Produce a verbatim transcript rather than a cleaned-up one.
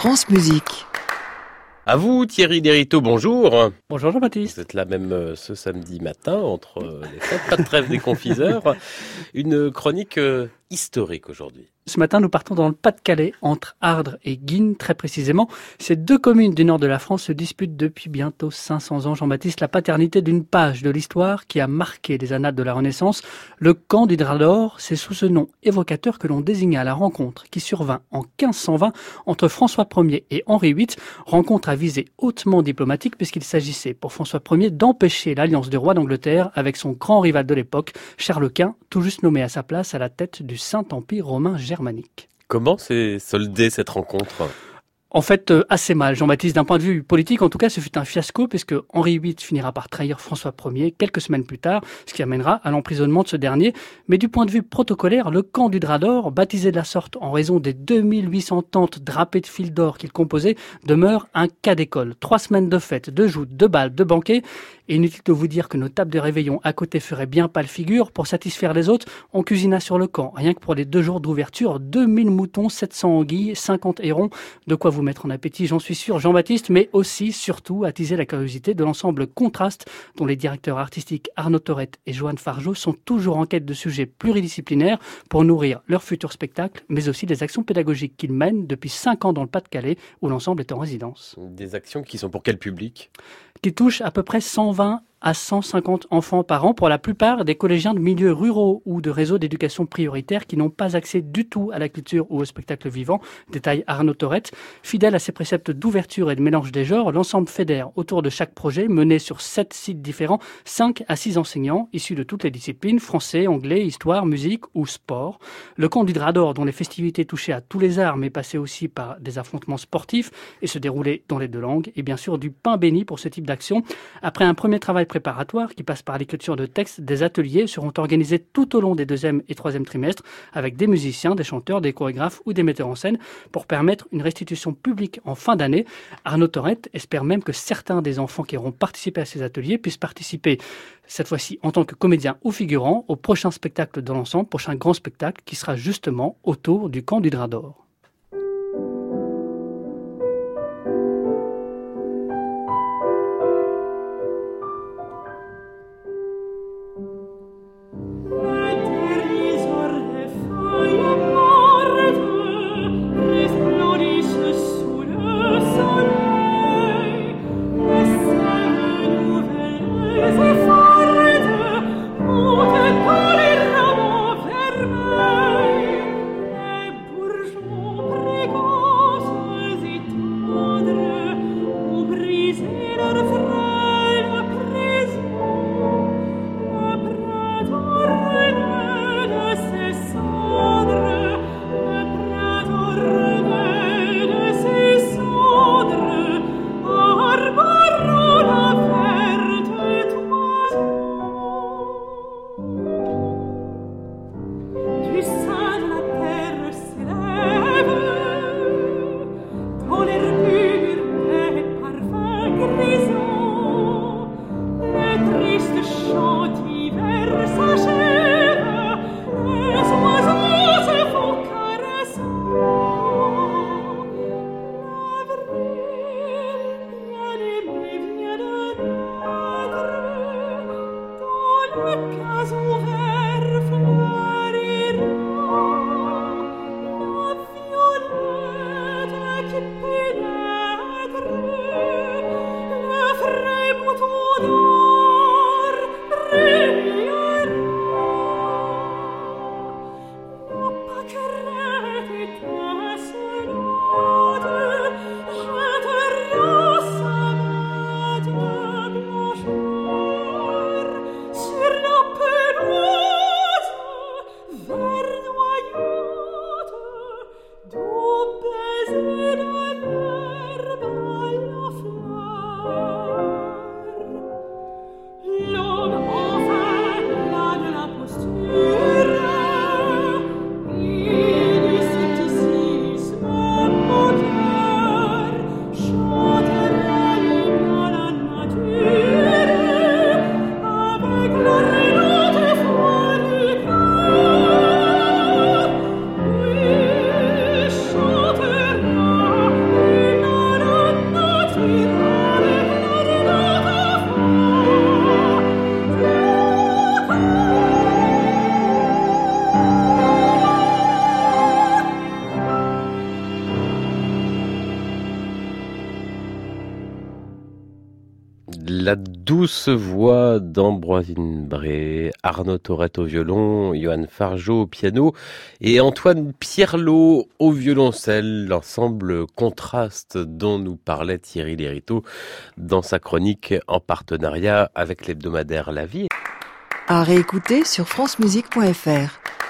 France Musique. À vous Thierry Lériteau, bonjour. Bonjour Jean-Baptiste. Vous êtes là même euh, ce samedi matin, entre euh, les fêtes, pas de trêve des confiseurs. Une chronique euh, historique aujourd'hui. Ce matin, nous partons dans le Pas-de-Calais, entre Ardres et Guînes, très précisément. Ces deux communes du nord de la France se disputent depuis bientôt cinq cents ans, Jean-Baptiste, la paternité d'une page de l'histoire qui a marqué les annales de la Renaissance. Le camp du Drap d'Or, c'est sous ce nom évocateur que l'on désigna la rencontre qui survint en quinze cent vingt entre François Ier et Henri huit, rencontre à visée hautement diplomatique puisqu'il s'agissait pour François Ier d'empêcher l'alliance du roi d'Angleterre avec son grand rival de l'époque, Charles Quint, tout juste nommé à sa place à la tête du Saint-Empire romain germanique. Comment s'est soldée cette rencontre ? En fait, euh, assez mal, Jean-Baptiste. D'un point de vue politique, en tout cas, ce fut un fiasco puisque Henri huit finira par trahir François Ier quelques semaines plus tard, ce qui amènera à l'emprisonnement de ce dernier. Mais du point de vue protocolaire, le camp du Drap d'Or, baptisé de la sorte en raison des deux mille huit cents tentes drapées de fil d'or qu'il composait, demeure un cas d'école. Trois semaines de fêtes, de joutes, de bals, de banquets. Et inutile de vous dire que nos tables de réveillon à côté feraient bien pâle figure. Pour satisfaire les autres, on cuisina sur le camp. Rien que pour les deux jours d'ouverture, deux mille moutons, sept cents anguilles, cinquante hérons. De quoi vous mettre en appétit, j'en suis sûr, Jean-Baptiste, mais aussi, surtout, attiser la curiosité de l'ensemble Contraste, dont les directeurs artistiques Arnaud Torette et Joanne Fargeau sont toujours en quête de sujets pluridisciplinaires pour nourrir leur futur spectacle, mais aussi des actions pédagogiques qu'ils mènent depuis cinq ans dans le Pas-de-Calais, où l'ensemble est en résidence. Des actions qui sont pour quel public ? Qui touchent à peu près cent vingt à cent cinquante enfants par an, pour la plupart des collégiens de milieux ruraux ou de réseaux d'éducation prioritaire qui n'ont pas accès du tout à la culture ou au spectacle vivant, détaille Arnaud Torette. Fidèle à ses préceptes d'ouverture et de mélange des genres, l'ensemble fédère autour de chaque projet, mené sur sept sites différents, cinq à six enseignants issus de toutes les disciplines, français, anglais, histoire, musique ou sport. Le camp du Drap d'Or, dont les festivités touchaient à tous les arts, mais passaient aussi par des affrontements sportifs et se déroulaient dans les deux langues, et bien sûr du pain béni pour ce type d'action. Après un premier travail préparatoire qui passe par l'écriture de textes, des ateliers seront organisés tout au long des deuxième et troisième trimestres avec des musiciens, des chanteurs, des chorégraphes ou des metteurs en scène pour permettre une restitution publique en fin d'année. Arnaud Torette espère même que certains des enfants qui auront participé à ces ateliers puissent participer, cette fois-ci en tant que comédiens ou figurants, au prochain spectacle de l'ensemble, prochain grand spectacle qui sera justement autour du camp du Drap d'Or. La douce voix d'Ambroisine Bré, Arnaud Thorette au violon, Johan Fargeau au piano et Antoine Pierlot au violoncelle. L'ensemble contraste dont nous parlait Thierry Lériteau dans sa chronique en partenariat avec l'hebdomadaire La Vie. À réécouter sur francemusique point f r.